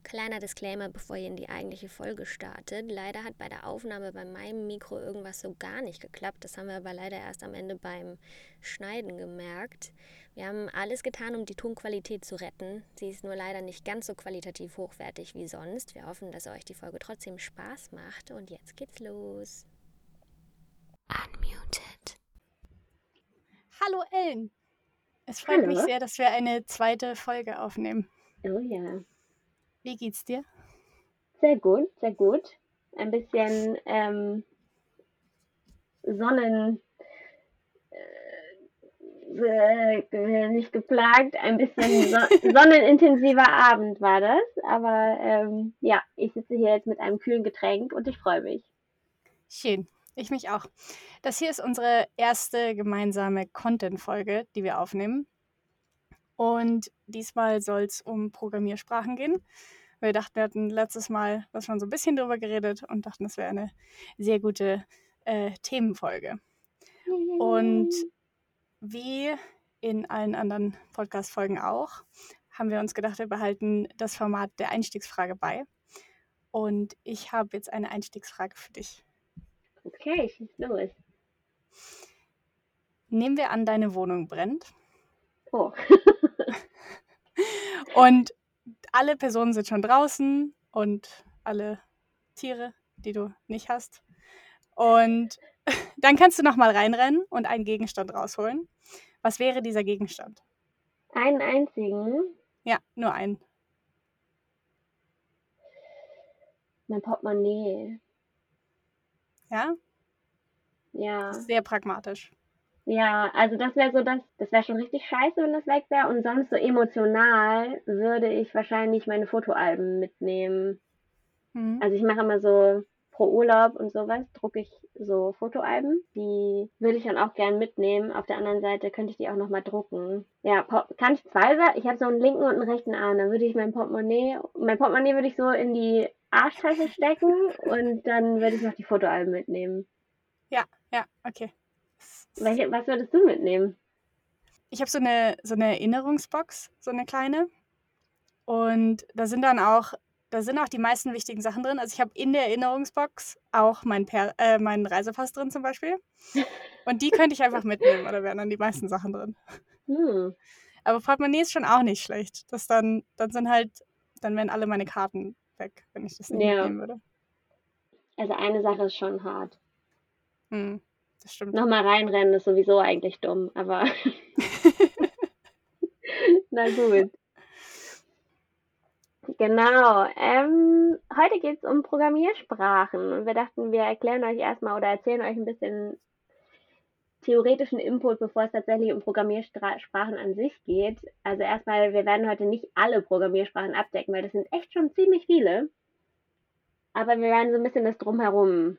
Kleiner Disclaimer, bevor ihr in die eigentliche Folge startet. Leider hat bei der Aufnahme bei meinem Mikro irgendwas so gar nicht geklappt. Das haben wir aber leider erst am Ende beim Schneiden gemerkt. Wir haben alles getan, um die Tonqualität zu retten. Sie ist nur leider nicht ganz so qualitativ hochwertig wie sonst. Wir hoffen, dass euch die Folge trotzdem Spaß macht. Und jetzt geht's los. Unmuted. Hallo Ellen. Es freut mich Hallo. sehr, dass wir eine zweite Folge aufnehmen. Oh ja, Wie geht's dir? sehr gut, sehr gut. Ein bisschen nicht geplagt, ein bisschen sonnenintensiver Abend war das. Aber ja, ich sitze hier jetzt mit einem kühlen Getränk und ich freue mich. Schön, ich mich auch. Das hier ist unsere erste gemeinsame Content-Folge, die wir aufnehmen. Und diesmal soll es um Programmiersprachen gehen. Wir dachten, wir hatten letztes Mal schon so ein bisschen drüber geredet und dachten, das wäre eine sehr gute Themenfolge. Und wie in allen anderen Podcast-Folgen auch, haben wir uns gedacht, wir behalten das Format der Einstiegsfrage bei. Und ich habe jetzt eine Einstiegsfrage für dich. Okay, schieß los. Nehmen wir an, deine Wohnung brennt. Oh. Und alle Personen sind schon draußen und alle Tiere, die du nicht hast. Und dann kannst du nochmal reinrennen und einen Gegenstand rausholen. Was wäre dieser Gegenstand? Einen einzigen? Ja, nur einen. Mein Portemonnaie. Ja? Ja. Sehr pragmatisch. Ja, also das wäre so das wäre schon richtig scheiße, wenn das weg wäre. Und sonst so emotional würde ich wahrscheinlich meine Fotoalben mitnehmen. Mhm. Also ich mache immer so pro Urlaub und sowas, drucke ich so Fotoalben. Die würde ich dann auch gern mitnehmen. Auf der anderen Seite könnte ich die auch nochmal drucken. Ja, kann ich zwei sagen? Ich habe so einen linken und einen rechten Arm. Dann würde ich mein Portemonnaie würde ich so in die Arschtasche stecken und dann würde ich noch die Fotoalben mitnehmen. Ja, okay. Was würdest du mitnehmen? Ich habe so eine Erinnerungsbox, so eine kleine. Und da sind auch die meisten wichtigen Sachen drin. Also ich habe in der Erinnerungsbox auch meinen Reisepass drin zum Beispiel. Und die könnte ich einfach mitnehmen, oder wären dann die meisten Sachen drin. Aber Portemonnaie ist schon auch nicht schlecht. Dann wären alle meine Karten weg, wenn ich das nicht mitnehmen würde. Also eine Sache ist schon hart. Das stimmt. Nochmal reinrennen ist sowieso eigentlich dumm, aber na gut. Genau. Heute geht es um Programmiersprachen und wir dachten, wir erklären euch erstmal oder erzählen euch ein bisschen theoretischen Input, bevor es tatsächlich um Programmiersprachen an sich geht. Also erstmal, wir werden heute nicht alle Programmiersprachen abdecken, weil das sind echt schon ziemlich viele. Aber wir werden so ein bisschen das Drumherum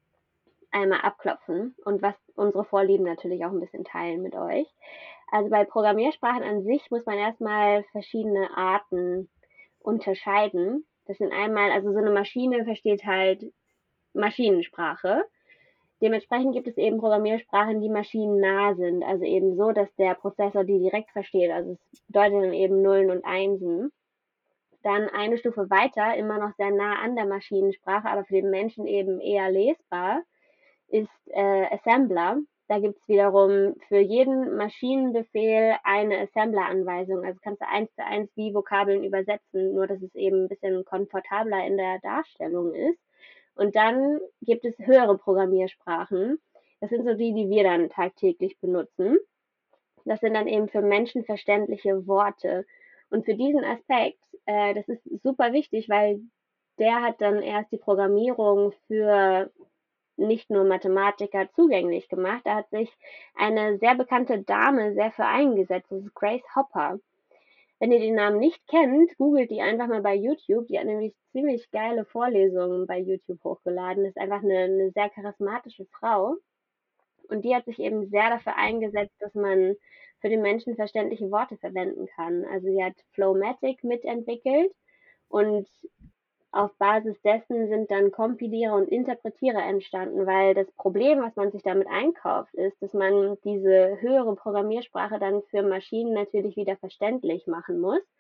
einmal abklopfen und was unsere Vorlieben natürlich auch ein bisschen teilen mit euch. Also bei Programmiersprachen an sich muss man erstmal verschiedene Arten unterscheiden. Das sind einmal, also so eine Maschine versteht halt Maschinensprache. Dementsprechend gibt es eben Programmiersprachen, die maschinennah sind, also eben so, dass der Prozessor die direkt versteht. Also es bedeutet dann eben Nullen und Einsen. Dann eine Stufe weiter, immer noch sehr nah an der Maschinensprache, aber für den Menschen eben eher lesbar, ist Assembler. Da gibt es wiederum für jeden Maschinenbefehl eine Assembler-Anweisung. Also kannst du 1:1 wie Vokabeln übersetzen, nur dass es eben ein bisschen komfortabler in der Darstellung ist. Und dann gibt es höhere Programmiersprachen. Das sind so die wir dann tagtäglich benutzen. Das sind dann eben für Menschen verständliche Worte. Und für diesen Aspekt, das ist super wichtig, weil der hat dann erst die Programmierung für nicht nur Mathematiker zugänglich gemacht. Da hat sich eine sehr bekannte Dame sehr für eingesetzt. Das ist Grace Hopper. Wenn ihr den Namen nicht kennt, googelt die einfach mal bei YouTube. Die hat nämlich ziemlich geile Vorlesungen bei YouTube hochgeladen. Das ist einfach eine sehr charismatische Frau. Und die hat sich eben sehr dafür eingesetzt, dass man für den Menschen verständliche Worte verwenden kann. Also sie hat Flowmatic mitentwickelt und auf Basis dessen sind dann Kompilierer und Interpretierer entstanden, weil das Problem, was man sich damit einkauft, ist, dass man diese höhere Programmiersprache dann für Maschinen natürlich wieder verständlich machen muss,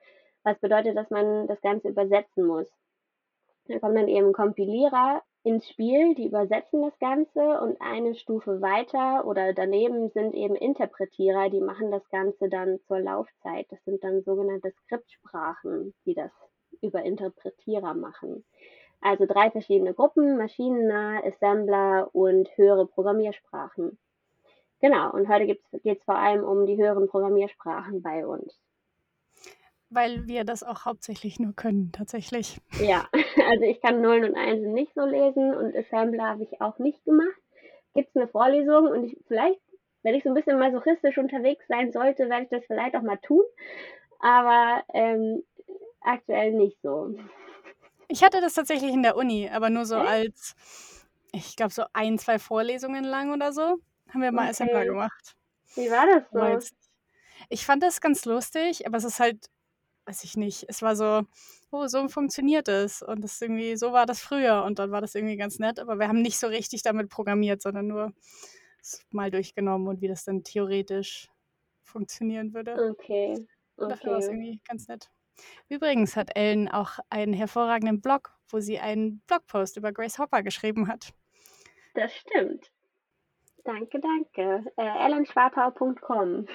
was bedeutet, dass man das Ganze übersetzen muss. Da kommt dann eben Kompilierer ins Spiel, die übersetzen das Ganze und eine Stufe weiter oder daneben sind eben Interpretierer, die machen das Ganze dann zur Laufzeit. Das sind dann sogenannte Skriptsprachen, die das über Interpretierer machen. Also 3 verschiedene Gruppen, maschinennah, Assembler und höhere Programmiersprachen. Genau, und heute geht es vor allem um die höheren Programmiersprachen bei uns. Weil wir das auch hauptsächlich nur können, tatsächlich. Ja, also ich kann Nullen und Einsen nicht so lesen und Assembler habe ich auch nicht gemacht. Gibt es eine Vorlesung und vielleicht, wenn ich so ein bisschen masochistisch unterwegs sein sollte, werde ich das vielleicht auch mal tun, aber aktuell nicht so. Ich hatte das tatsächlich in der Uni, aber nur so Echt? als, ich glaube, so 1, 2 Vorlesungen lang oder so haben wir mal Assembler Okay. gemacht. Wie war das Aber so? jetzt, ich fand das ganz lustig, aber es ist halt, weiß ich nicht, es war so, oh, so funktioniert es und das irgendwie, so war das früher und dann war das irgendwie ganz nett, aber wir haben nicht so richtig damit programmiert, sondern nur es mal durchgenommen und wie das dann theoretisch funktionieren würde. Okay, Und dafür war es okay. irgendwie ganz nett. Übrigens hat Ellen auch einen hervorragenden Blog, wo sie einen Blogpost über Grace Hopper geschrieben hat. Das stimmt. Danke, danke. ellenschwartau.com.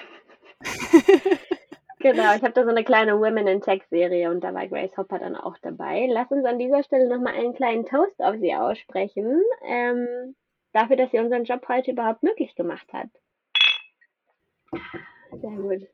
Genau, ich habe da so eine kleine Women in Tech-Serie und da war Grace Hopper dann auch dabei. Lass uns an dieser Stelle nochmal einen kleinen Toast auf sie aussprechen. Dafür, dass sie unseren Job heute überhaupt möglich gemacht hat. Sehr gut.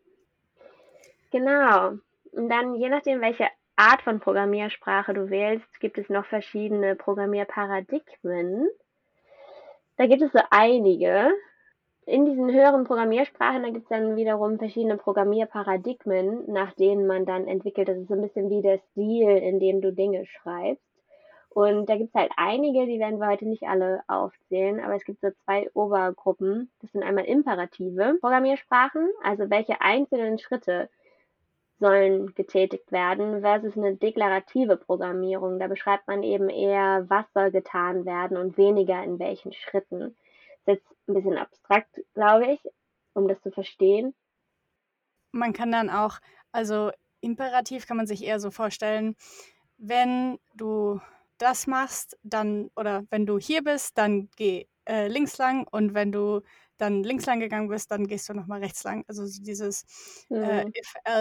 Genau. Und dann, je nachdem, welche Art von Programmiersprache du wählst, gibt es noch verschiedene Programmierparadigmen. Da gibt es so einige. In diesen höheren Programmiersprachen, da gibt es dann wiederum verschiedene Programmierparadigmen, nach denen man dann entwickelt. Das ist so ein bisschen wie der Stil, in dem du Dinge schreibst. Und da gibt es halt einige, die werden wir heute nicht alle aufzählen, aber es gibt so 2 Obergruppen. Das sind einmal imperative Programmiersprachen, also welche einzelnen Schritte sollen getätigt werden, versus eine deklarative Programmierung. Da beschreibt man eben eher, was soll getan werden und weniger in welchen Schritten. Das ist jetzt ein bisschen abstrakt, glaube ich, um das zu verstehen. Man kann dann auch, also imperativ kann man sich eher so vorstellen, wenn du das machst, dann, oder wenn du hier bist, dann geh links lang und wenn du dann links lang gegangen bist, dann gehst du nochmal rechts lang. Also dieses Mhm.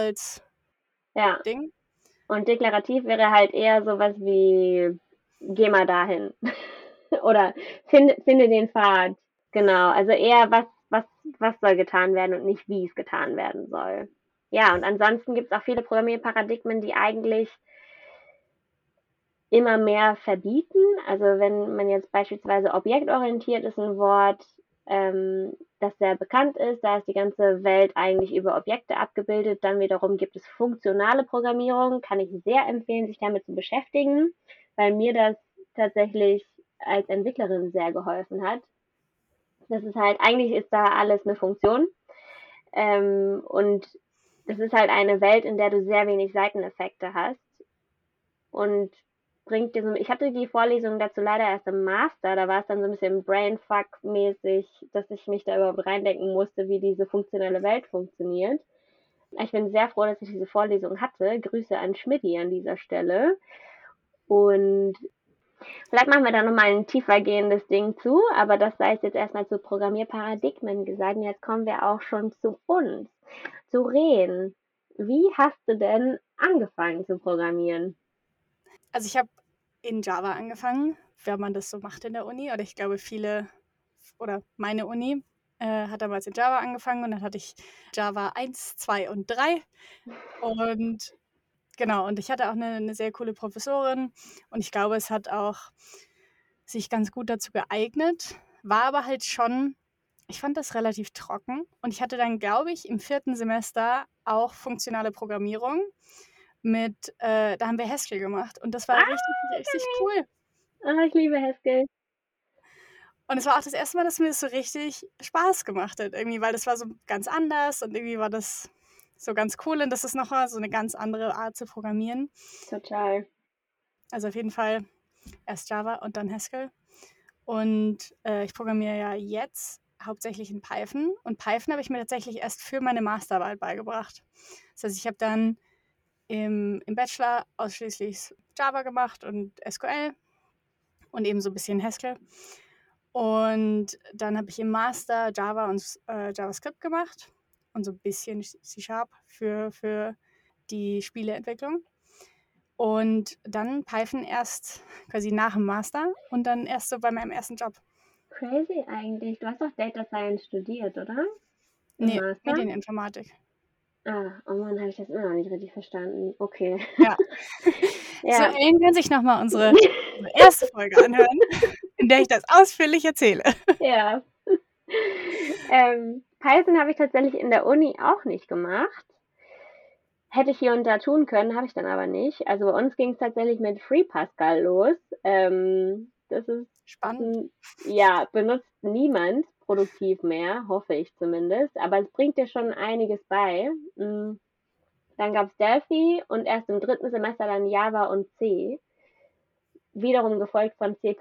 Ja, If-Else-Ding. und deklarativ wäre halt eher sowas wie, geh mal dahin. Oder finde den Pfad. Genau, also eher was soll getan werden und nicht wie es getan werden soll. Ja, und ansonsten gibt es auch viele Programmierparadigmen, die eigentlich immer mehr verbieten. Also wenn man jetzt beispielsweise objektorientiert ist ein Wort, das sehr bekannt ist, da ist die ganze Welt eigentlich über Objekte abgebildet. Dann wiederum gibt es funktionale Programmierung, kann ich sehr empfehlen, sich damit zu beschäftigen, weil mir das tatsächlich als Entwicklerin sehr geholfen hat. Das ist halt, eigentlich ist da alles eine Funktion. Und das ist halt eine Welt, in der du sehr wenig Seiteneffekte hast. Und bringt dir so, ich hatte die Vorlesung dazu leider erst im Master, da war es dann so ein bisschen Brainfuck-mäßig, dass ich mich da überhaupt reindenken musste, wie diese funktionelle Welt funktioniert. Ich bin sehr froh, dass ich diese Vorlesung hatte. Grüße an Schmidti an dieser Stelle. Und vielleicht machen wir da nochmal ein tiefer gehendes Ding zu, aber das sei es jetzt erstmal zu Programmierparadigmen gesagt. Und jetzt kommen wir auch schon zu uns, zu Ren. Wie hast du denn angefangen zu programmieren? Also ich habe in Java angefangen, wenn man das so macht in der Uni. Oder ich glaube, viele, oder meine Uni hat damals in Java angefangen und dann hatte ich Java 1, 2 und 3. Und genau, und ich hatte auch eine sehr coole Professorin und ich glaube, es hat auch sich ganz gut dazu geeignet, war aber halt schon, ich fand das relativ trocken und ich hatte dann, glaube ich, im 4. Semester auch funktionale Programmierung da haben wir Haskell gemacht und das war Ah, richtig, richtig cool. ich liebe Haskell. Und es war auch das erste Mal, dass mir das so richtig Spaß gemacht hat, irgendwie, weil das war so ganz anders und irgendwie war das so ganz cool und das ist nochmal so eine ganz andere Art zu programmieren. Total. Also auf jeden Fall erst Java und dann Haskell. Und ich programmiere ja jetzt hauptsächlich in Python. Und Python habe ich mir tatsächlich erst für meine Masterarbeit beigebracht. Das heißt, ich habe dann im Bachelor ausschließlich Java gemacht und SQL und eben so ein bisschen Haskell. Und dann habe ich im Master Java und JavaScript gemacht und so ein bisschen C# für die Spieleentwicklung. Und dann Python erst quasi nach dem Master und dann erst so bei meinem ersten Job. Crazy eigentlich. Du hast doch Data Science studiert, oder? Im Nee, Master? Medieninformatik. Ah, oh Mann, habe ich das immer noch nicht richtig verstanden. Okay. Ja. So, Ja. Ellen kann sich nochmal unsere erste Folge anhören, in der ich das ausführlich erzähle. Ja. Python habe ich tatsächlich in der Uni auch nicht gemacht. Hätte ich hier und da tun können, habe ich dann aber nicht. Also bei uns ging es tatsächlich mit Free Pascal los. Das ist, Spannend. ja, benutzt niemand produktiv mehr, hoffe ich zumindest. Aber es bringt dir schon einiges bei. Dann gab es Delphi und erst im 3. Semester dann Java und C. Wiederum gefolgt von C++.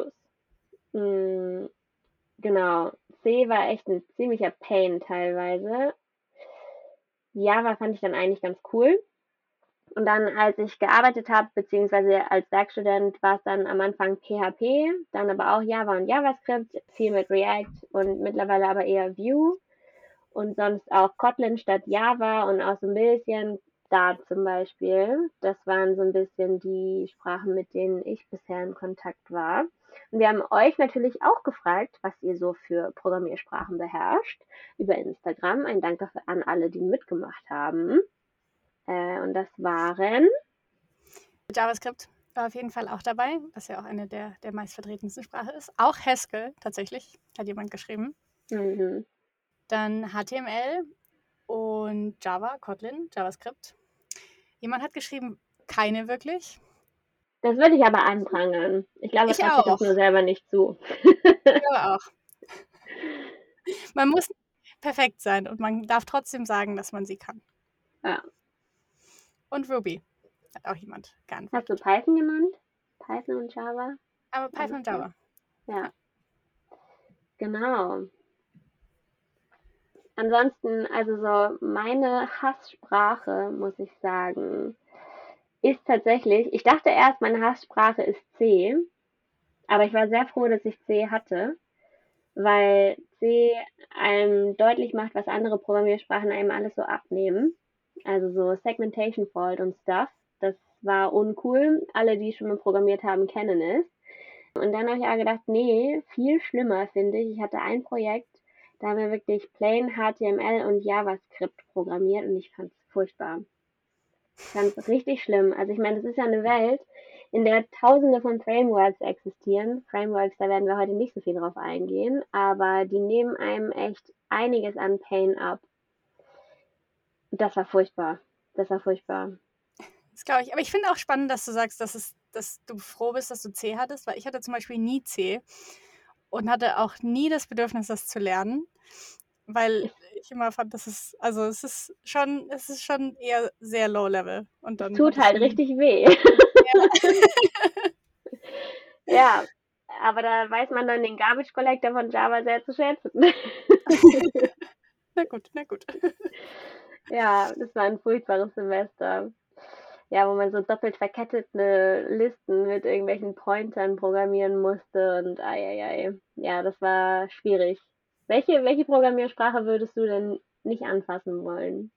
Mm, Genau. C war echt ein ziemlicher Pain teilweise. Java fand ich dann eigentlich ganz cool. Und dann, als ich gearbeitet habe, beziehungsweise als Werkstudent, war es dann am Anfang PHP, dann aber auch Java und JavaScript, viel mit React und mittlerweile aber eher Vue und sonst auch Kotlin statt Java und auch so ein bisschen Dart zum Beispiel. Das waren so ein bisschen die Sprachen, mit denen ich bisher in Kontakt war. Und wir haben euch natürlich auch gefragt, was ihr so für Programmiersprachen beherrscht, über Instagram. Ein Dank dafür an alle, die mitgemacht haben. Und das waren JavaScript war auf jeden Fall auch dabei, was ja auch eine der meistvertretensten Sprachen ist. Auch Haskell tatsächlich, hat jemand geschrieben. Mhm. Dann HTML und Java, Kotlin, JavaScript. Jemand hat geschrieben, keine wirklich. Das würde ich aber anprangern. Ich glaube, er Ich traut sich das auch. nur selber nicht zu. Ich glaube auch. Man muss perfekt sein und man darf trotzdem sagen, dass man sie kann. Ja. Und Ruby hat auch jemand Hast du geantwortet. Python genannt? Python und Java? Aber Python und Java. Ja, genau. Ansonsten, also so meine Hasssprache, muss ich sagen, ist tatsächlich, ich dachte erst, meine Hasssprache ist C, aber ich war sehr froh, dass ich C hatte, weil C einem deutlich macht, was andere Programmiersprachen einem alles so abnehmen. Also so Segmentation Fault und Stuff. Das war uncool. Alle, die schon mal programmiert haben, kennen es. Und dann habe ich aber gedacht, nee, viel schlimmer finde ich. Ich hatte ein Projekt, da haben wir wirklich plain HTML und JavaScript programmiert und ich fand es furchtbar. Ich fand es richtig schlimm. Also ich meine, das ist ja eine Welt, in der tausende von Frameworks existieren. Frameworks, da werden wir heute nicht so viel drauf eingehen, aber die nehmen einem echt einiges an Pain ab. Das war furchtbar. Das war furchtbar. Das glaube ich. Aber ich finde auch spannend, dass du sagst, dass du froh bist, dass du C hattest, weil ich hatte zum Beispiel nie C und hatte auch nie das Bedürfnis, das zu lernen, weil ich immer fand, es ist schon eher sehr low level. Und Es dann tut hatte ich halt nie. richtig weh. Ja. Ja, aber da weiß man dann den Garbage Collector von Java sehr zu schätzen. Na gut, na gut. Ja, das war ein furchtbares Semester. Ja, wo man so doppelt verkettete Listen mit irgendwelchen Pointern programmieren musste und ei. Ja, das war schwierig. Welche Programmiersprache würdest du denn nicht anfassen wollen?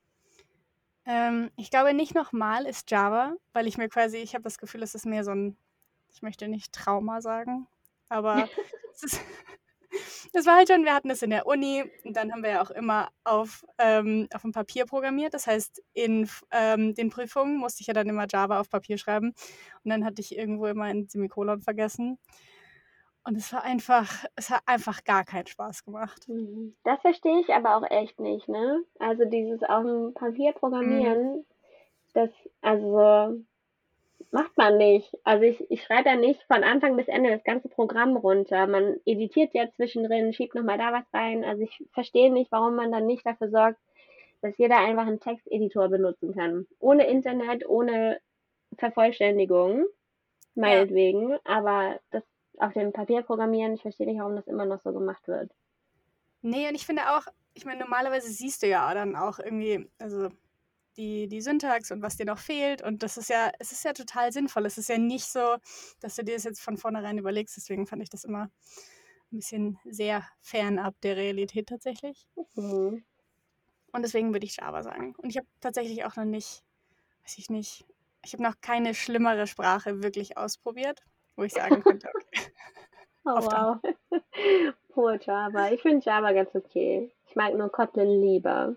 Ich glaube nicht nochmal ist Java, weil ich habe das Gefühl, es ist mehr so ein, ich möchte nicht Trauma sagen, aber es ist, das war halt schon, wir hatten es in der Uni und dann haben wir ja auch immer auf dem Papier programmiert. Das heißt, in den Prüfungen musste ich ja dann immer Java auf Papier schreiben und dann hatte ich irgendwo immer ein Semikolon vergessen. Und es hat einfach gar keinen Spaß gemacht. Das verstehe ich aber auch echt nicht, ne? Also dieses auf dem Papier Mhm. programmieren, das, also macht man nicht. Also ich schreibe ja nicht von Anfang bis Ende das ganze Programm runter. Man editiert ja zwischendrin, schiebt nochmal da was rein. Also ich verstehe nicht, warum man dann nicht dafür sorgt, dass jeder einfach einen Texteditor benutzen kann. Ohne Internet, ohne Vervollständigung, Ja. meinetwegen. Aber das auf dem Papier programmieren, ich verstehe nicht, warum das immer noch so gemacht wird. Nee, und ich finde auch, ich meine, normalerweise siehst du ja dann auch irgendwie, also die Syntax und was dir noch fehlt. Und es ist ja total sinnvoll. Es ist ja nicht so, dass du dir das jetzt von vornherein überlegst. Deswegen fand ich das immer ein bisschen sehr fernab der Realität tatsächlich. Mhm. Und deswegen würde ich Java sagen. Und ich habe tatsächlich auch noch nicht, weiß ich nicht, ich habe noch keine schlimmere Sprache wirklich ausprobiert, wo ich sagen könnte, okay, Oh auf der Hand. wow. Pur Java. Ich finde Java ganz okay. Ich mag nur Kotlin lieber.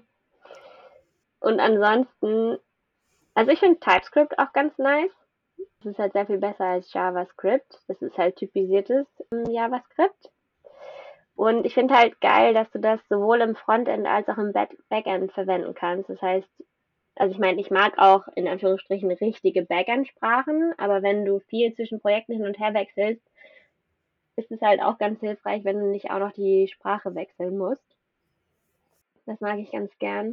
Und ansonsten, also ich finde TypeScript auch ganz nice. Das ist halt sehr viel besser als JavaScript. Das ist halt typisiertes JavaScript. Und ich finde halt geil, dass du das sowohl im Frontend als auch im Backend verwenden kannst. Das heißt, also ich meine, ich mag auch in Anführungsstrichen richtige Backend-Sprachen, aber wenn du viel zwischen Projekten hin und her wechselst, ist es halt auch ganz hilfreich, wenn du nicht auch noch die Sprache wechseln musst. Das mag ich ganz gern.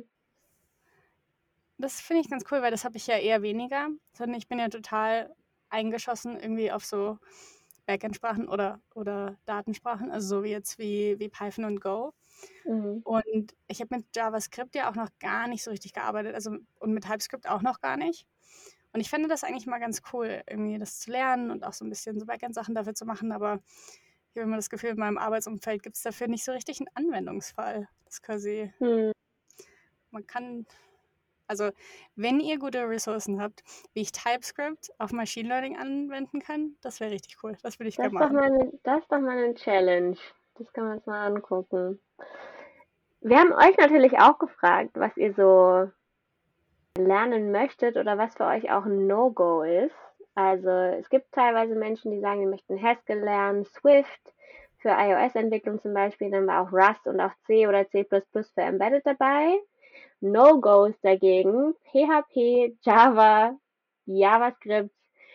Das finde ich ganz cool, weil das habe ich ja eher weniger, sondern ich bin ja total eingeschossen irgendwie auf so Backend-Sprachen oder Datensprachen, also so wie jetzt wie Python und Go. Mhm. Und ich habe mit JavaScript ja auch noch gar nicht so richtig gearbeitet, also und mit TypeScript auch noch gar nicht. Und ich finde das eigentlich mal ganz cool, irgendwie das zu lernen und auch so ein bisschen so Backend-Sachen dafür zu machen, aber ich habe immer das Gefühl, in meinem Arbeitsumfeld gibt es dafür nicht so richtig einen Anwendungsfall. Das ist quasi, Hm. man kann, also wenn ihr gute Ressourcen habt, wie ich TypeScript auf Machine Learning anwenden kann, das wäre richtig cool. Das würde ich gerne machen. Das ist doch mal eine Challenge. Das können wir uns mal angucken. Wir haben euch natürlich auch gefragt, was ihr so lernen möchtet oder was für euch auch ein No-Go ist. Also es gibt teilweise Menschen, die sagen, die möchten Haskell lernen, Swift für iOS-Entwicklung zum Beispiel, dann war auch Rust und auch C oder C++ für Embedded dabei. No-Gos dagegen PHP, Java, JavaScript,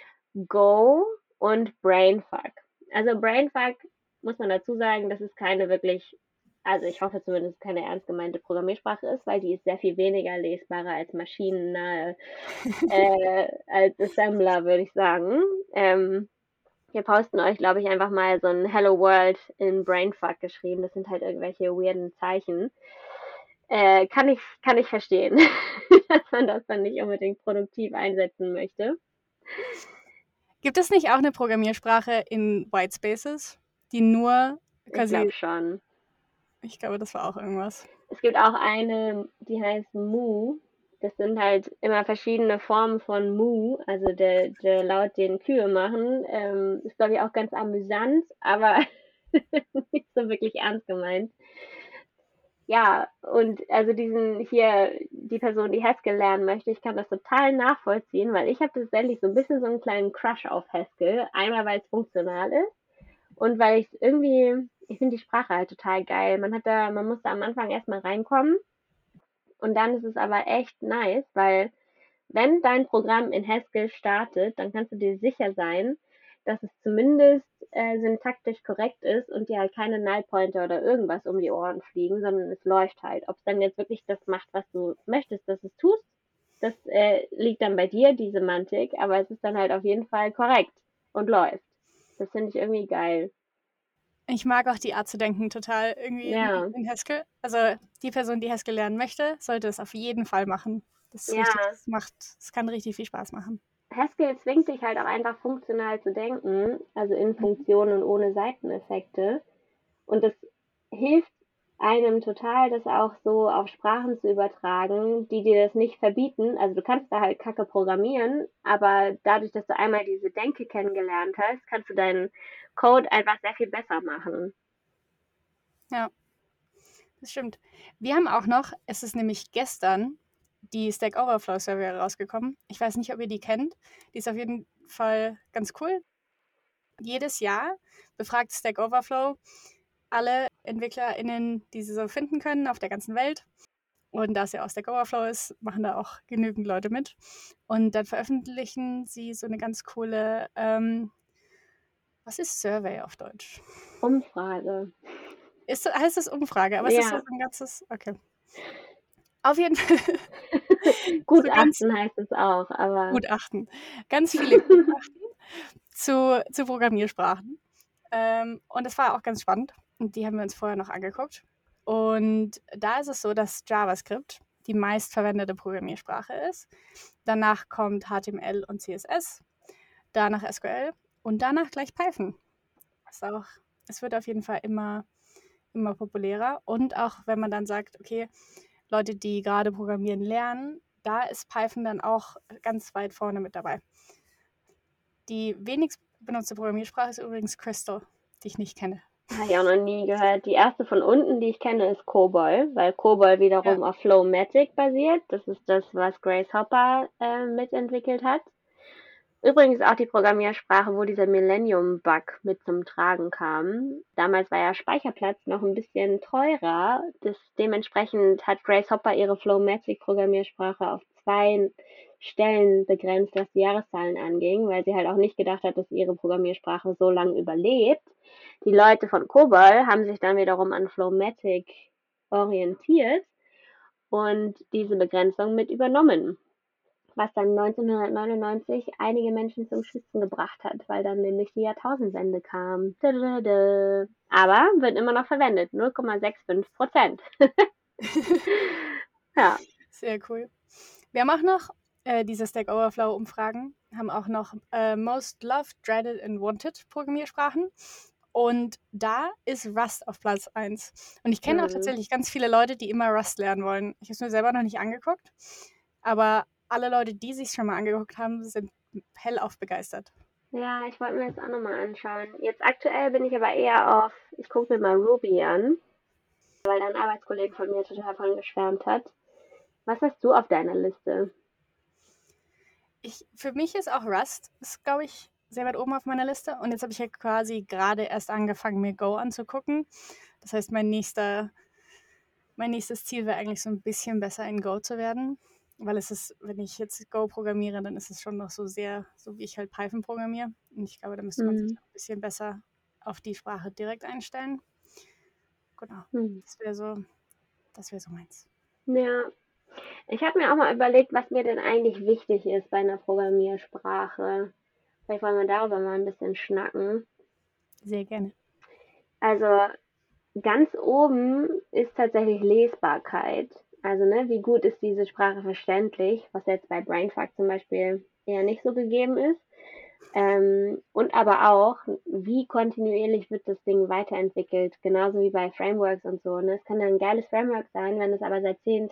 Go und Brainfuck. Also Brainfuck muss man dazu sagen, das ist keine wirklich, also ich hoffe zumindest keine ernst gemeinte Programmiersprache ist, weil die ist sehr viel weniger lesbarer als maschinennahe, als Assembler, würde ich sagen. Wir posten euch, glaube ich, einfach mal so ein Hello World in Brainfuck geschrieben. Das sind halt irgendwelche weirden Zeichen. Kann ich verstehen, dass man das dann nicht unbedingt produktiv einsetzen möchte. Gibt es nicht auch eine Programmiersprache in Whitespaces, die nur Ich glaube quasi, schon. ich glaube, das war auch irgendwas. Es gibt auch eine, die heißt Moo. Das sind halt immer verschiedene Formen von Moo, also der Laut, den Kühe machen. Ist, glaube ich, auch ganz amüsant, aber nicht so wirklich ernst gemeint. Ja, und also die Person, die Haskell lernen möchte, ich kann das total nachvollziehen, weil ich habe tatsächlich so ein bisschen so einen kleinen Crush auf Haskell. Einmal, weil es funktional ist und weil ich finde die Sprache halt total geil. Man muss da am Anfang erstmal reinkommen und dann ist es aber echt nice, weil wenn dein Programm in Haskell startet, dann kannst du dir sicher sein, dass es zumindest syntaktisch korrekt ist und dir halt keine Nullpointer oder irgendwas um die Ohren fliegen, sondern es läuft halt. Ob es dann jetzt wirklich das macht, was du möchtest, dass es tust, das liegt dann bei dir, die Semantik, aber es ist dann halt auf jeden Fall korrekt und läuft. Das finde ich irgendwie geil. Ich mag auch die Art zu denken total irgendwie Ja, in Haskell. Also die Person, die Haskell lernen möchte, sollte es auf jeden Fall machen. Das ist richtig, ja. es kann richtig viel Spaß machen. Haskell zwingt dich halt auch einfach funktional zu denken, also in Mhm. Funktionen und ohne Seiteneffekte. Und das hilft einem total, das auch so auf Sprachen zu übertragen, die dir das nicht verbieten. Also du kannst da halt Kacke programmieren, aber dadurch, dass du einmal diese Denke kennengelernt hast, kannst du deinen Code einfach sehr viel besser machen. Ja, das stimmt. Wir haben auch noch, es ist nämlich gestern die Stack Overflow Survey rausgekommen. Ich weiß nicht, ob ihr die kennt. Die ist auf jeden Fall ganz cool. Jedes Jahr befragt Stack Overflow alle EntwicklerInnen, die sie so finden können auf der ganzen Welt. Und da es ja auch Stack Overflow ist, machen da auch genügend Leute mit. Und dann veröffentlichen sie so eine ganz coole, was ist Survey auf Deutsch? Umfrage. Heißt es Umfrage, aber es ist so Ja, ein ganzes, okay. Auf jeden Fall so ganz Gutachten heißt es auch, aber Gutachten. Ganz viele Gutachten zu Programmiersprachen. Und das war auch ganz spannend. Und die haben wir uns vorher noch angeguckt. Und da ist es so, dass JavaScript die meistverwendete Programmiersprache ist. Danach kommt HTML und CSS, danach SQL und danach gleich Python. Es wird auf jeden Fall immer populärer. Und auch wenn man dann sagt, okay, Leute, die gerade programmieren lernen, da ist Python dann auch ganz weit vorne mit dabei. Die wenigst benutzte Programmiersprache ist übrigens Crystal, die ich nicht kenne. Habe ich auch noch nie gehört. Die erste von unten, die ich kenne, ist COBOL, weil COBOL wiederum auf Flowmatic basiert. Das ist das, was Grace Hopper mitentwickelt hat. Übrigens auch die Programmiersprache, wo dieser Millennium-Bug mit zum Tragen kam. Damals war ja Speicherplatz noch ein bisschen teurer. Dementsprechend hat Grace Hopper ihre Flowmatic-Programmiersprache auf 2 Stellen begrenzt, was die Jahreszahlen anging, weil sie halt auch nicht gedacht hat, dass ihre Programmiersprache so lange überlebt. Die Leute von COBOL haben sich dann wiederum an Flowmatic orientiert und diese Begrenzung mit übernommen, was dann 1999 einige Menschen zum Schwitzen gebracht hat, weil dann nämlich die Jahrtausendwende kam. Aber wird immer noch verwendet, 0,65%. Ja. Sehr cool. Wir haben auch noch diese Stack Overflow-Umfragen, haben auch noch Most Loved, Dreaded and Wanted Programmiersprachen. Und da ist Rust auf Platz 1. Und ich kenne auch tatsächlich ganz viele Leute, die immer Rust lernen wollen. Ich habe es mir selber noch nicht angeguckt, aber alle Leute, die sich schon mal angeguckt haben, sind hellauf begeistert. Ja, ich wollte mir das auch nochmal anschauen. Jetzt aktuell bin ich aber eher ich gucke mir mal Ruby an, weil da ein Arbeitskollege von mir total davon geschwärmt hat. Was hast du auf deiner Liste? Für mich ist auch Rust, ist glaube ich sehr weit oben auf meiner Liste. Und jetzt habe ich ja quasi gerade erst angefangen, mir Go anzugucken. Das heißt, mein nächstes Ziel wäre eigentlich so ein bisschen besser in Go zu werden. Weil es ist, wenn ich jetzt Go programmiere, dann ist es schon noch so sehr, so wie ich halt Python programmiere. Und ich glaube, da müsste man sich ein bisschen besser auf die Sprache direkt einstellen. Genau, das wäre so meins. Ja, ich habe mir auch mal überlegt, was mir denn eigentlich wichtig ist bei einer Programmiersprache. Vielleicht wollen wir darüber mal ein bisschen schnacken. Sehr gerne. Also ganz oben ist tatsächlich Lesbarkeit. Also wie gut ist diese Sprache verständlich, was jetzt bei Brainfuck zum Beispiel eher nicht so gegeben ist. Und aber auch, wie kontinuierlich wird das Ding weiterentwickelt, genauso wie bei Frameworks und so. Ne? Es kann ja ein geiles Framework sein, wenn es aber seit 10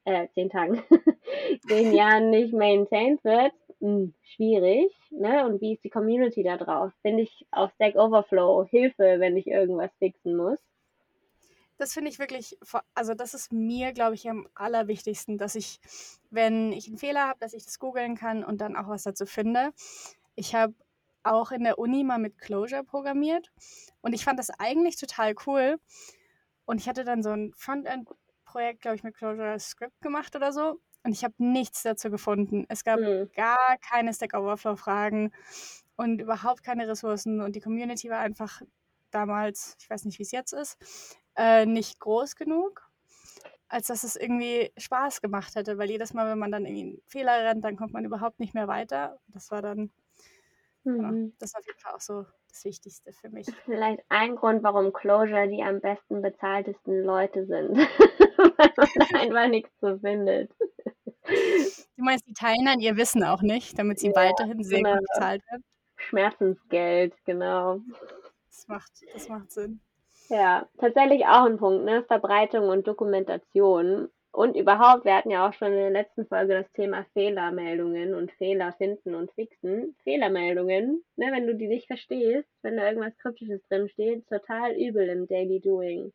Jahren nicht maintained wird, schwierig. Ne? Und wie ist die Community da drauf? Finde ich auf Stack Overflow Hilfe, wenn ich irgendwas fixen muss. Das finde ich wirklich, also das ist mir, glaube ich, am allerwichtigsten, dass ich, wenn ich einen Fehler habe, dass ich das googeln kann und dann auch was dazu finde. Ich habe auch in der Uni mal mit Clojure programmiert und ich fand das eigentlich total cool. Und ich hatte dann so ein Frontend-Projekt, glaube ich, mit Clojure Script gemacht oder so. Und ich habe nichts dazu gefunden. Es gab gar keine Stack Overflow-Fragen und überhaupt keine Ressourcen. Und die Community war einfach damals, ich weiß nicht, wie es jetzt ist, nicht groß genug, als dass es irgendwie Spaß gemacht hätte. Weil jedes Mal, wenn man dann irgendwie einen Fehler rennt, dann kommt man überhaupt nicht mehr weiter. Das war dann, das war auf jeden Fall auch so das Wichtigste für mich. Vielleicht ein Grund, warum Clojure die am besten bezahltesten Leute sind. Weil man da einfach nichts so findet. Du meinst, die teilen dann ihr Wissen auch nicht, damit sie weiterhin sehr gut bezahlt werden? Schmerzensgeld, genau. Das macht Sinn. Ja, tatsächlich auch ein Punkt, ne? Verbreitung und Dokumentation. Und überhaupt, wir hatten ja auch schon in der letzten Folge das Thema Fehlermeldungen und Fehler finden und fixen. Fehlermeldungen, ne, wenn du die nicht verstehst, wenn da irgendwas Kryptisches drin steht, total übel im Daily Doing.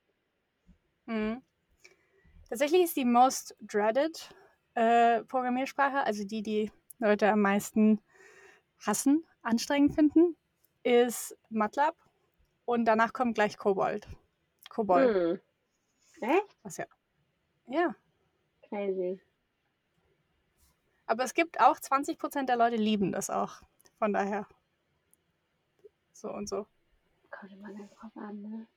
Tatsächlich ist die most dreaded Programmiersprache, also die Leute am meisten hassen, anstrengend finden, ist MATLAB und danach kommt gleich COBOL. Echt? Was ja. Crazy. Aber es gibt auch 20% der Leute lieben das auch. Von daher. So und so. Kommt immer ganz drauf an, ne?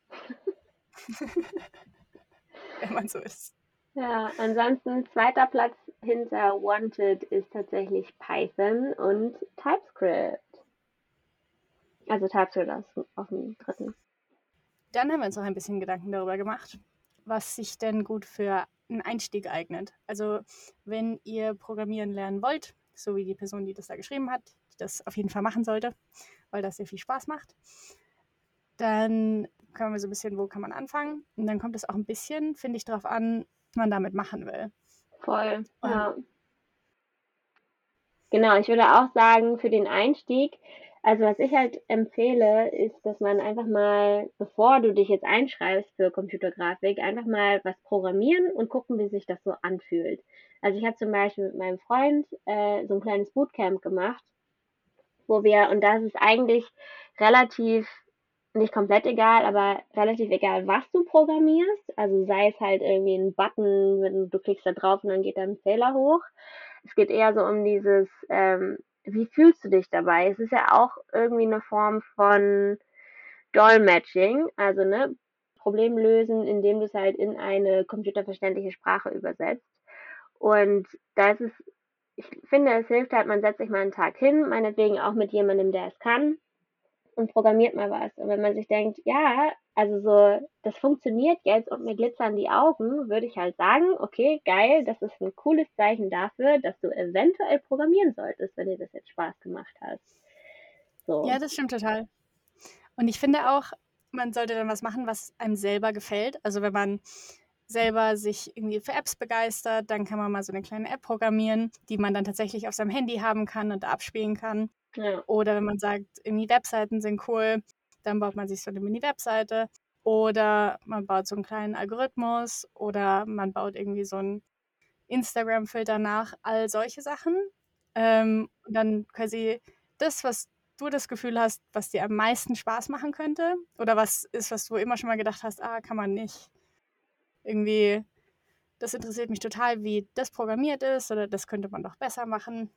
Wenn man so ist. Ja, ansonsten zweiter Platz hinter Wanted ist tatsächlich Python und TypeScript. Also TypeScript auf dem dritten. Dann haben wir uns noch ein bisschen Gedanken darüber gemacht, was sich denn gut für ein Einstieg eignet. Also wenn ihr programmieren lernen wollt, so wie die Person, die das da geschrieben hat, die das auf jeden Fall machen sollte, weil das sehr viel Spaß macht, dann können wir so ein bisschen, wo kann man anfangen? Und dann kommt es auch ein bisschen, finde ich, darauf an, was man damit machen will. Voll, Und ja. Genau, ich würde auch sagen, für den Einstieg, also was ich halt empfehle, ist, dass man einfach mal, bevor du dich jetzt einschreibst für Computergrafik, einfach mal was programmieren und gucken, wie sich das so anfühlt. Also ich habe zum Beispiel mit meinem Freund so ein kleines Bootcamp gemacht, und da ist es eigentlich relativ, nicht komplett egal, aber relativ egal, was du programmierst. Also sei es halt irgendwie ein Button, wenn du klickst da drauf und dann geht da ein Fehler hoch. Es geht eher so um dieses, wie fühlst du dich dabei? Es ist ja auch irgendwie eine Form von Dolmetsching, also ne, Problem lösen, indem du es halt in eine computerverständliche Sprache übersetzt. Und da ist es, ich finde, es hilft halt, man setzt sich mal einen Tag hin, meinetwegen auch mit jemandem, der es kann, und programmiert mal was. Und wenn man sich denkt, ja, also so, das funktioniert jetzt und mir glitzern die Augen, würde ich halt sagen, okay, geil, das ist ein cooles Zeichen dafür, dass du eventuell programmieren solltest, wenn dir das jetzt Spaß gemacht hat. So. ja, das stimmt total. Und ich finde auch, man sollte dann was machen, was einem selber gefällt. Also wenn man selber sich irgendwie für Apps begeistert, dann kann man mal so eine kleine App programmieren, die man dann tatsächlich auf seinem Handy haben kann und abspielen kann. Ja. Oder wenn man sagt, irgendwie Webseiten sind cool, dann baut man sich so eine Mini-Webseite. Oder man baut so einen kleinen Algorithmus oder man baut irgendwie so einen Instagram-Filter nach, all solche Sachen. Und dann quasi das, was du das Gefühl hast, was dir am meisten Spaß machen könnte oder was ist, was du immer schon mal gedacht hast, kann man nicht. Irgendwie, das interessiert mich total, wie das programmiert ist oder das könnte man doch besser machen.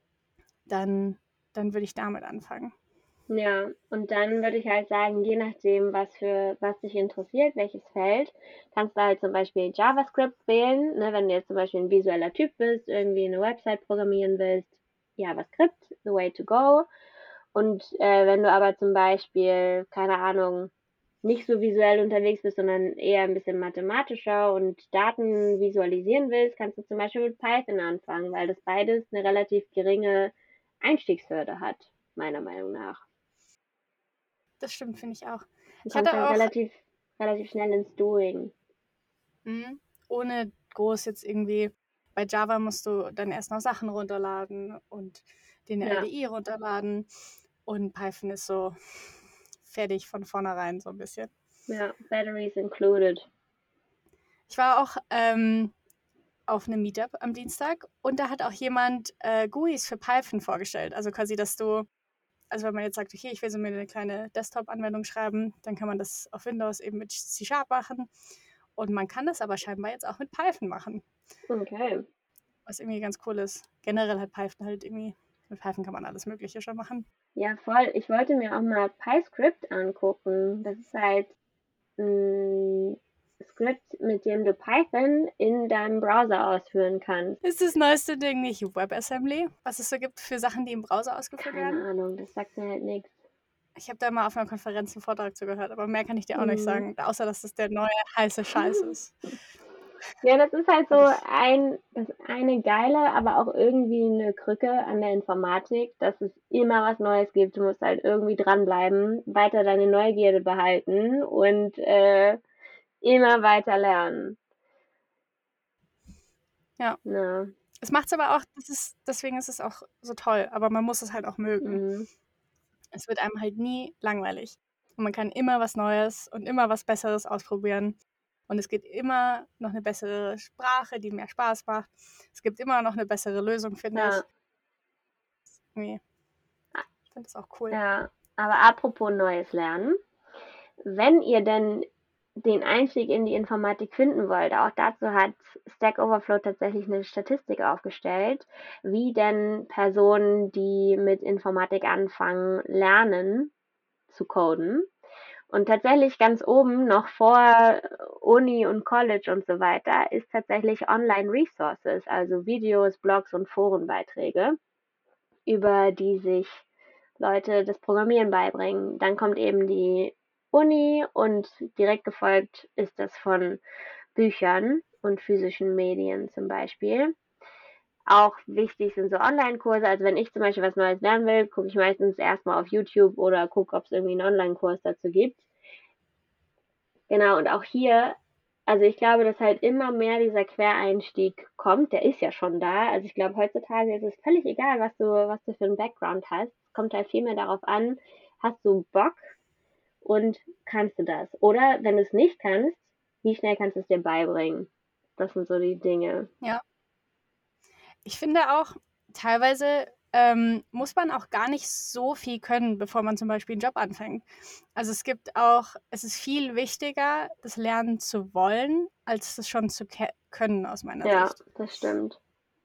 Dann würde ich damit anfangen. Ja, und dann würde ich halt sagen, je nachdem, was dich interessiert, welches Feld, kannst du halt zum Beispiel JavaScript wählen, ne, wenn du jetzt zum Beispiel ein visueller Typ bist, irgendwie eine Website programmieren willst, JavaScript, the way to go. Und wenn du aber zum Beispiel, keine Ahnung, nicht so visuell unterwegs bist, sondern eher ein bisschen mathematischer und Daten visualisieren willst, kannst du zum Beispiel mit Python anfangen, weil das beides eine relativ geringe Einstiegshürde hat, meiner Meinung nach. Das stimmt, finde ich auch. Du Ich kommst dann hatte auch, relativ schnell ins Doing. ohne groß jetzt irgendwie, bei Java musst du dann erst noch Sachen runterladen und den Ja, LDI runterladen und Python ist so fertig von vornherein so ein bisschen. ja, Batteries included. Ich war auch auf einem Meetup am Dienstag und da hat auch jemand GUIs für Python vorgestellt. Also quasi, dass du, also wenn man jetzt sagt, okay, ich will so mir eine kleine Desktop-Anwendung schreiben, dann kann man das auf Windows eben mit C# machen. Und man kann das aber scheinbar jetzt auch mit Python machen, Okay. was irgendwie ganz cool ist. Generell hat Python halt irgendwie, mit Python kann man alles Mögliche schon machen. Ja, voll. Ich wollte mir auch mal PyScript angucken. Das ist halt ein Skript, mit dem du Python in deinem Browser ausführen kannst. Ist das neueste Ding nicht WebAssembly, was es so gibt für Sachen, die im Browser ausgeführt Keine werden? Ahnung, das sagt mir halt nichts. Ich habe da mal auf einer Konferenz einen Vortrag zugehört, aber mehr kann ich dir auch nicht Mhm. sagen, außer dass das der neue heiße Scheiß ist. Ja, das ist halt so Hatte ich, das eine Geile, aber auch irgendwie eine Krücke an der Informatik, dass es immer was Neues gibt. Du musst halt irgendwie dranbleiben, weiter deine Neugierde behalten und immer weiter lernen. ja. Ja. Es macht es aber auch, deswegen ist es auch so toll, aber man muss es halt auch mögen. Mhm. Es wird einem halt nie langweilig. Und man kann immer was Neues und immer was Besseres ausprobieren. Und es gibt immer noch eine bessere Sprache, die mehr Spaß macht. Es gibt immer noch eine bessere Lösung, finde ich. Ja. Nee, ich finde das auch cool. Ja. Aber apropos Neues lernen, wenn ihr denn den Einstieg in die Informatik finden wollt, auch dazu hat Stack Overflow tatsächlich eine Statistik aufgestellt, wie denn Personen, die mit Informatik anfangen, lernen zu coden. Und tatsächlich ganz oben, noch vor Uni und College und so weiter, ist tatsächlich Online Resources, also Videos, Blogs und Forenbeiträge, über die sich Leute das Programmieren beibringen. Dann kommt eben die Uni und direkt gefolgt ist das von Büchern. und physischen Medien zum Beispiel. Auch wichtig sind so Online-Kurse. Also wenn ich zum Beispiel was Neues lernen will, gucke ich meistens erstmal auf YouTube oder gucke, ob es irgendwie einen Online-Kurs dazu gibt. Genau, und auch hier, also ich glaube, dass halt immer mehr dieser Quereinstieg kommt. Der ist ja schon da. Also ich glaube, heutzutage ist es völlig egal, was du für einen Background hast. Es kommt halt viel mehr darauf an, hast du Bock und kannst du das? Oder wenn du es nicht kannst, wie schnell kannst du es dir beibringen? Das sind so die Dinge. Ja. Ich finde auch, teilweise muss man auch gar nicht so viel können, bevor man zum Beispiel einen Job anfängt. Also es ist viel wichtiger, das lernen zu wollen, als das schon zu können aus meiner Ja, Sicht. das stimmt.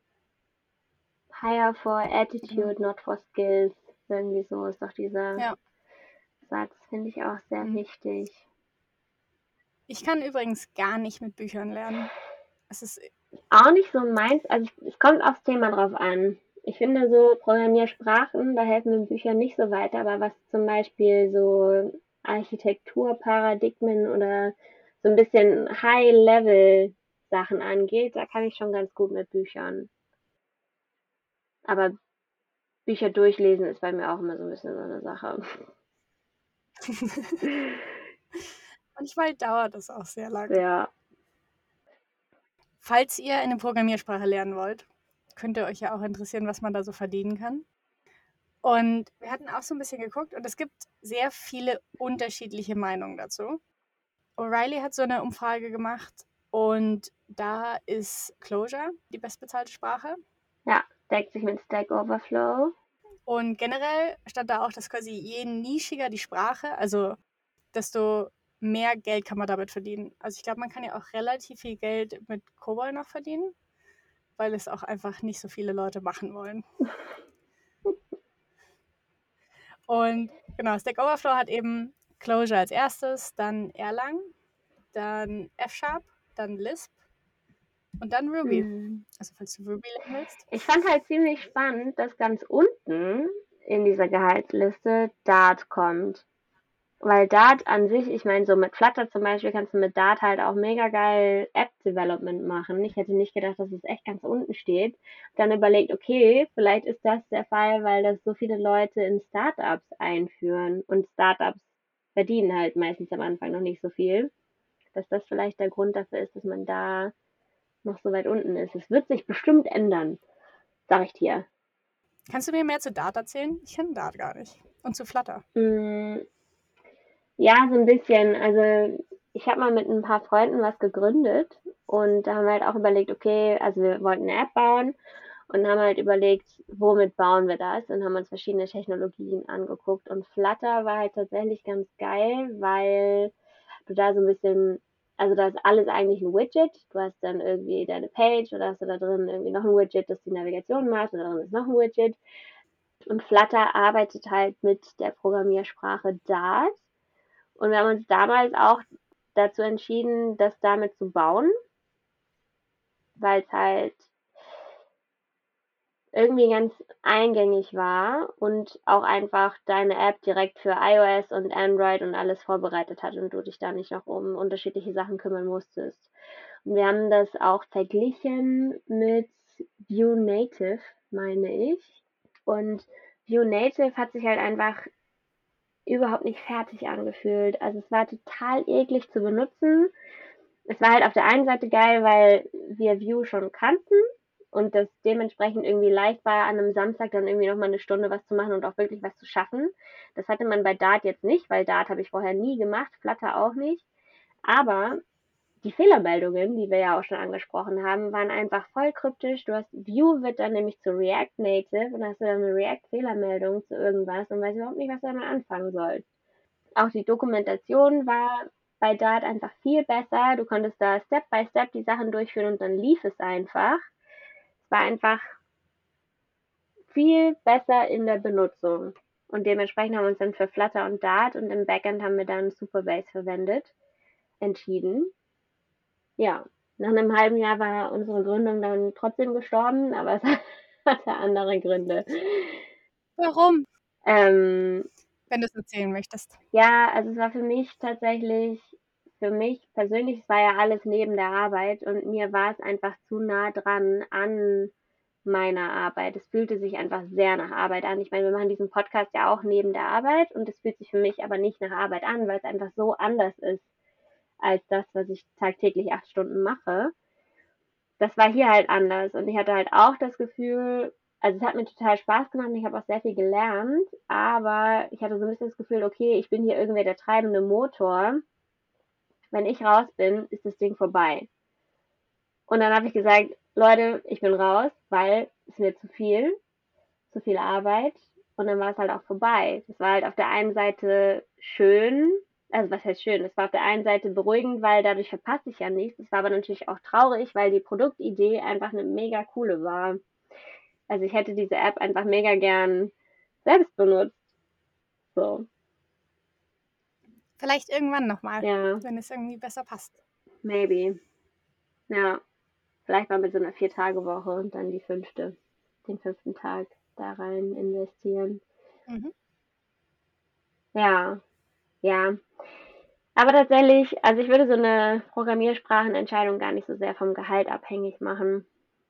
Hire for attitude, not for skills. Irgendwie so ist doch dieser Ja. Satz, finde ich auch sehr Mhm. wichtig. Ich kann übrigens gar nicht mit Büchern lernen. Es ist Auch nicht so meins, also es kommt aufs Thema drauf an. Ich finde so Programmiersprachen, da helfen mir Bücher nicht so weiter, aber was zum Beispiel so Architekturparadigmen oder so ein bisschen High-Level-Sachen angeht, da kann ich schon ganz gut mit Büchern. Aber Bücher durchlesen ist bei mir auch immer so ein bisschen so eine Sache. manchmal dauert das auch sehr lang. Ja. Falls ihr eine Programmiersprache lernen wollt, könnte euch ja auch interessieren, was man da so verdienen kann. Und wir hatten auch so ein bisschen geguckt und es gibt sehr viele unterschiedliche Meinungen dazu. O'Reilly hat so eine Umfrage gemacht und da ist Clojure die bestbezahlte Sprache. Ja, deckt sich mit Stack Overflow. Und generell stand da auch, dass quasi je nischiger die Sprache, also desto mehr Geld kann man damit verdienen. Also ich glaube, man kann ja auch relativ viel Geld mit COBOL noch verdienen, weil es auch einfach nicht so viele Leute machen wollen. Und genau, Stack Overflow hat eben Clojure als erstes, dann Erlang, dann F-Sharp, dann Lisp und dann Ruby. Also falls du Ruby lernen willst. Ich fand halt ziemlich spannend, dass ganz unten in dieser Gehaltsliste Dart kommt. Weil Dart an sich, ich meine, so mit Flutter zum Beispiel kannst du mit Dart halt auch mega geil App-Development machen. Ich hätte nicht gedacht, dass es echt ganz unten steht. Dann überlegt, okay, vielleicht ist das der Fall, weil das so viele Leute in Startups einführen. Und Startups verdienen halt meistens am Anfang noch nicht so viel. Dass das vielleicht der Grund dafür ist, dass man da noch so weit unten ist. Es wird sich bestimmt ändern, sag ich dir. Kannst du mir mehr zu Dart erzählen? Ich kenne Dart gar nicht. Und zu Flutter. Ja, so ein bisschen. Also ich habe mal mit ein paar Freunden was gegründet und da haben wir halt auch überlegt, okay, also wir wollten eine App bauen und haben halt überlegt, womit bauen wir das und haben uns verschiedene Technologien angeguckt und Flutter war halt tatsächlich ganz geil, weil du da so ein bisschen, also da ist alles eigentlich ein Widget. Du hast dann irgendwie deine Page oder hast du da drin irgendwie noch ein Widget, das die Navigation macht und da drin ist noch ein Widget. Und Flutter arbeitet halt mit der Programmiersprache Dart. Und wir haben uns damals auch dazu entschieden, das damit zu bauen, weil es halt irgendwie ganz eingängig war und auch einfach deine App direkt für iOS und Android und alles vorbereitet hat und du dich da nicht noch um unterschiedliche Sachen kümmern musstest. Und wir haben das auch verglichen mit Vue Native, meine ich. Und Vue Native hat sich halt einfach überhaupt nicht fertig angefühlt. Also es war total eklig zu benutzen. Es war halt auf der einen Seite geil, weil wir Vue schon kannten und das dementsprechend irgendwie leicht war, an einem Samstag dann irgendwie nochmal eine Stunde was zu machen und auch wirklich was zu schaffen. Das hatte man bei Dart jetzt nicht, weil Dart habe ich vorher nie gemacht, Flutter auch nicht. Aber die Fehlermeldungen, die wir ja auch schon angesprochen haben, waren einfach voll kryptisch. Du hast Vue wird dann nämlich zu React Native und hast du dann eine React-Fehlermeldung zu irgendwas und weiß überhaupt nicht, was du damit anfangen sollst. Auch die Dokumentation war bei Dart einfach viel besser. Du konntest da Step by Step die Sachen durchführen und dann lief es einfach. Es war einfach viel besser in der Benutzung. Und dementsprechend haben wir uns dann für Flutter und Dart und im Backend haben wir dann Superbase verwendet, entschieden. Ja, nach einem halben Jahr war unsere Gründung dann trotzdem gestorben, aber es hatte andere Gründe. Warum? Ähm, Wenn du es erzählen möchtest. ja, also es war für mich tatsächlich für mich persönlich, es war ja alles neben der Arbeit und mir war es einfach zu nah dran an meiner Arbeit. Es fühlte sich einfach sehr nach Arbeit an. Ich meine, wir machen diesen Podcast ja auch neben der Arbeit und es fühlt sich für mich aber nicht nach Arbeit an, weil es einfach so anders ist als das, was ich tagtäglich 8 Stunden mache. Das war hier halt anders und ich hatte halt auch das Gefühl, also es hat mir total Spaß gemacht und ich habe auch sehr viel gelernt, aber ich hatte so ein bisschen das Gefühl, okay, ich bin hier irgendwie der treibende Motor. Wenn ich raus bin, ist das Ding vorbei. Und dann habe ich gesagt, Leute, ich bin raus, weil es mir zu viel Arbeit und dann war es halt auch vorbei. Das war halt auf der einen Seite schön, also was heißt schön? Es war auf der einen Seite beruhigend, weil dadurch verpasse ich ja nichts. Es war aber natürlich auch traurig, weil die Produktidee einfach eine mega coole war. Also ich hätte diese App einfach mega gern selbst benutzt. So, Vielleicht irgendwann nochmal, ja, wenn es irgendwie besser passt. maybe. Ja, vielleicht mal mit so einer 4-Tage-Woche und dann den 5. Tag da rein investieren. Mhm. Ja, ja. Aber tatsächlich, also ich würde so eine Programmiersprachenentscheidung gar nicht so sehr vom Gehalt abhängig machen.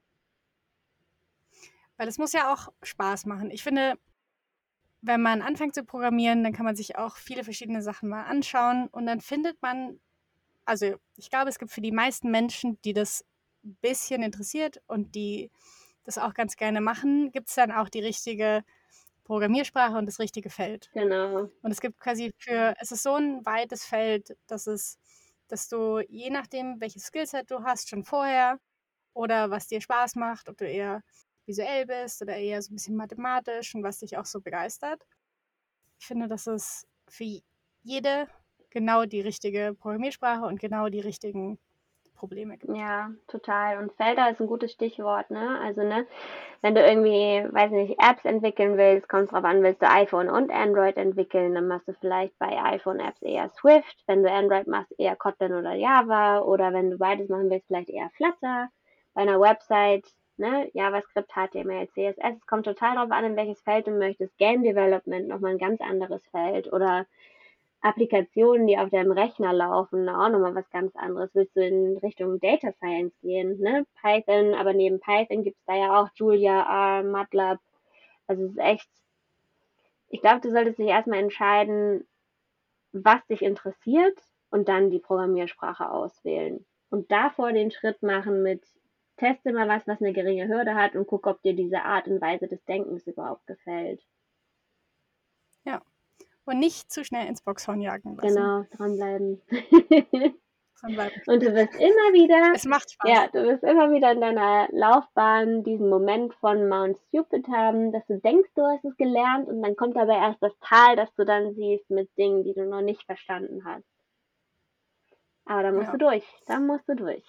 Weil es muss ja auch Spaß machen. Ich finde, wenn man anfängt zu programmieren, dann kann man sich auch viele verschiedene Sachen mal anschauen und dann findet man, also ich glaube, es gibt für die meisten Menschen, die das ein bisschen interessiert und die das auch ganz gerne machen, gibt es dann auch die richtige Programmiersprache und das richtige Feld. Genau. Und es gibt quasi es ist so ein weites Feld, dass du je nachdem, welches Skillset du hast, schon vorher oder was dir Spaß macht, ob du eher visuell bist oder eher so ein bisschen mathematisch und was dich auch so begeistert. Ich finde, dass es für jede genau die richtige Programmiersprache und genau die richtigen Probleme gibt. Ja, total. Und Felder ist ein gutes Stichwort, ne? Also, ne, wenn du irgendwie, weiß nicht, Apps entwickeln willst, kommt drauf an, willst du iPhone und Android entwickeln, dann machst du vielleicht bei iPhone-Apps eher Swift, wenn du Android machst, eher Kotlin oder Java oder wenn du beides machen willst, vielleicht eher Flutter. Bei einer Website, ne, JavaScript, HTML, CSS, es kommt total drauf an, in welches Feld du möchtest. Game Development, nochmal ein ganz anderes Feld oder Applikationen, die auf deinem Rechner laufen, auch nochmal was ganz anderes. Willst du in Richtung Data Science gehen, ne? Python, aber neben Python gibt's da ja auch Julia, R, MATLAB. Also es ist echt, ich glaube, du solltest dich erstmal entscheiden, was dich interessiert und dann die Programmiersprache auswählen. Und davor den Schritt machen mit, teste mal was eine geringe Hürde hat und guck, ob dir diese Art und Weise des Denkens überhaupt gefällt. Ja. Und nicht zu schnell ins Boxhorn jagen lassen. Genau, dranbleiben. Dranbleiben. Und du wirst immer wieder, Es macht Spaß. ja, du wirst immer wieder in deiner Laufbahn diesen Moment von Mount Stupid haben, dass du denkst, du hast es gelernt und dann kommt aber erst das Tal, das du dann siehst mit Dingen, die du noch nicht verstanden hast. Aber da musst Ja. du durch, da musst du durch.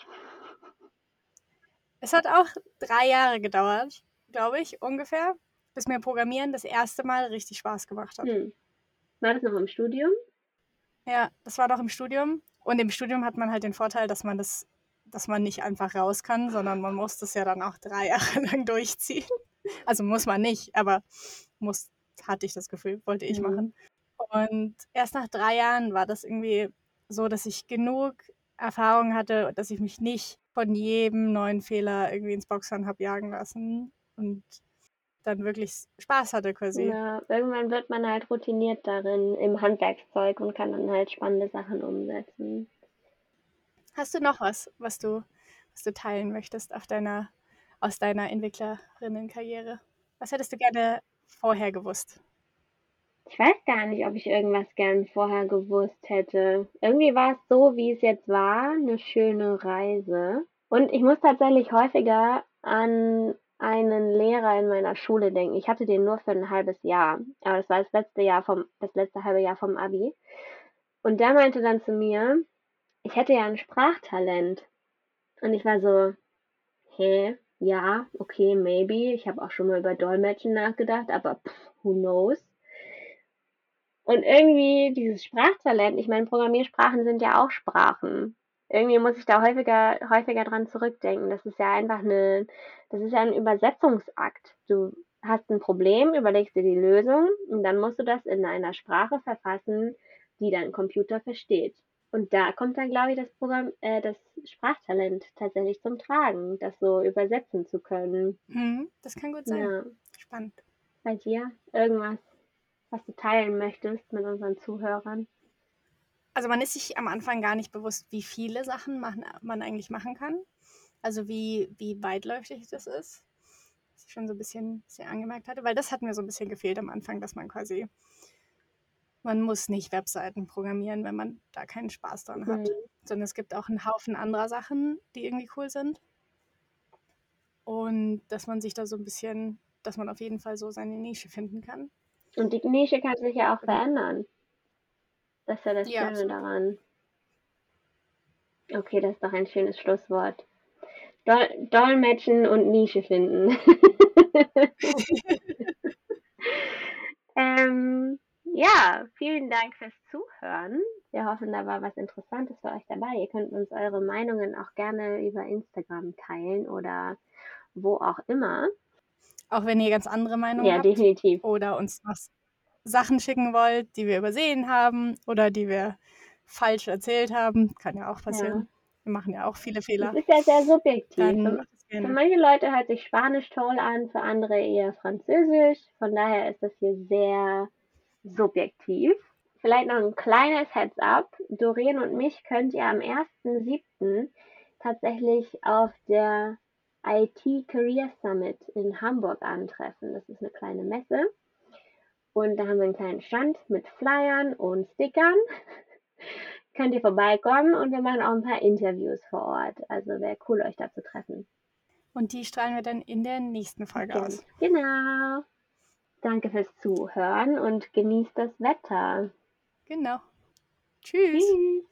Es hat auch 3 Jahre gedauert, glaube ich, ungefähr, bis mir Programmieren das erste Mal richtig Spaß gemacht hat. War das noch im Studium? Ja, das war doch im Studium. Und im Studium hat man halt den Vorteil, dass man nicht einfach raus kann, sondern man muss das ja dann auch 3 Jahre lang durchziehen. Also muss man nicht, aber hatte ich das Gefühl, wollte ich machen. Und erst nach 3 Jahren war das irgendwie so, dass ich genug Erfahrung hatte, dass ich mich nicht von jedem neuen Fehler irgendwie ins Boxhorn habe jagen lassen und dann wirklich Spaß hatte quasi. Ja, irgendwann wird man halt routiniert darin im Handwerkszeug und kann dann halt spannende Sachen umsetzen. Hast du noch was du teilen möchtest aus deiner Entwicklerinnenkarriere? Was hättest du gerne vorher gewusst? Ich weiß gar nicht, ob ich irgendwas gern vorher gewusst hätte. Irgendwie war es so, wie es jetzt war, eine schöne Reise. Und ich muss tatsächlich häufiger an einen Lehrer in meiner Schule denken. Ich hatte den nur für ein halbes Jahr, aber das war das letzte halbe Jahr vom Abi. Und der meinte dann zu mir, ich hätte ja ein Sprachtalent. Und ich war so, hä? Ja, okay, maybe. Ich habe auch schon mal über Dolmetschen nachgedacht, aber who knows? Und irgendwie dieses Sprachtalent, ich meine, Programmiersprachen sind ja auch Sprachen. Irgendwie muss ich da häufiger dran zurückdenken. Das ist ja das ist ja ein Übersetzungsakt. Du hast ein Problem, überlegst dir die Lösung und dann musst du das in einer Sprache verfassen, die dein Computer versteht. Und da kommt dann, glaube ich, das Sprachtalent tatsächlich zum Tragen, das so übersetzen zu können. Das kann gut sein. Ja. Spannend. Bei dir? Irgendwas, was du teilen möchtest mit unseren Zuhörern? Also man ist sich am Anfang gar nicht bewusst, wie viele Sachen man eigentlich machen kann. Also wie weitläufig das ist. Was ich schon so ein bisschen angemerkt hatte. Weil das hat mir so ein bisschen gefehlt am Anfang, dass man quasi, man muss nicht Webseiten programmieren, wenn man da keinen Spaß dran hat. Sondern es gibt auch einen Haufen anderer Sachen, die irgendwie cool sind. Und dass man sich da so ein bisschen, dass man auf jeden Fall so seine Nische finden kann. Und die Nische kann sich ja auch verändern. Das ist ja das Ja, Schöne absolut. daran. Okay, das ist doch ein schönes Schlusswort. Dolmetschen und Nische finden. Ja, vielen Dank fürs Zuhören. Wir hoffen, da war was Interessantes für euch dabei. Ihr könnt uns eure Meinungen auch gerne über Instagram teilen oder wo auch immer. Auch wenn ihr ganz andere Meinungen Ja, habt definitiv. oder uns noch Sachen schicken wollt, die wir übersehen haben oder die wir falsch erzählt haben, kann ja auch passieren. Ja. Wir machen ja auch viele Es Fehler. ist ja sehr subjektiv. Dann macht es Für gerne. manche Leute hört sich Spanisch toll an, für andere eher Französisch. Von daher ist das hier sehr subjektiv. Vielleicht noch ein kleines Heads-up. Doreen und mich könnt ihr am 1.7. tatsächlich auf der IT Career Summit in Hamburg antreffen. Das ist eine kleine Messe. Und da haben wir einen kleinen Stand mit Flyern und Stickern. Könnt ihr vorbeikommen und wir machen auch ein paar Interviews vor Ort. Also wäre cool, euch da zu treffen. Und die strahlen wir dann in der nächsten Folge aus. Genau. Danke fürs Zuhören und genießt das Wetter. Genau. Tschüss. Tschüss.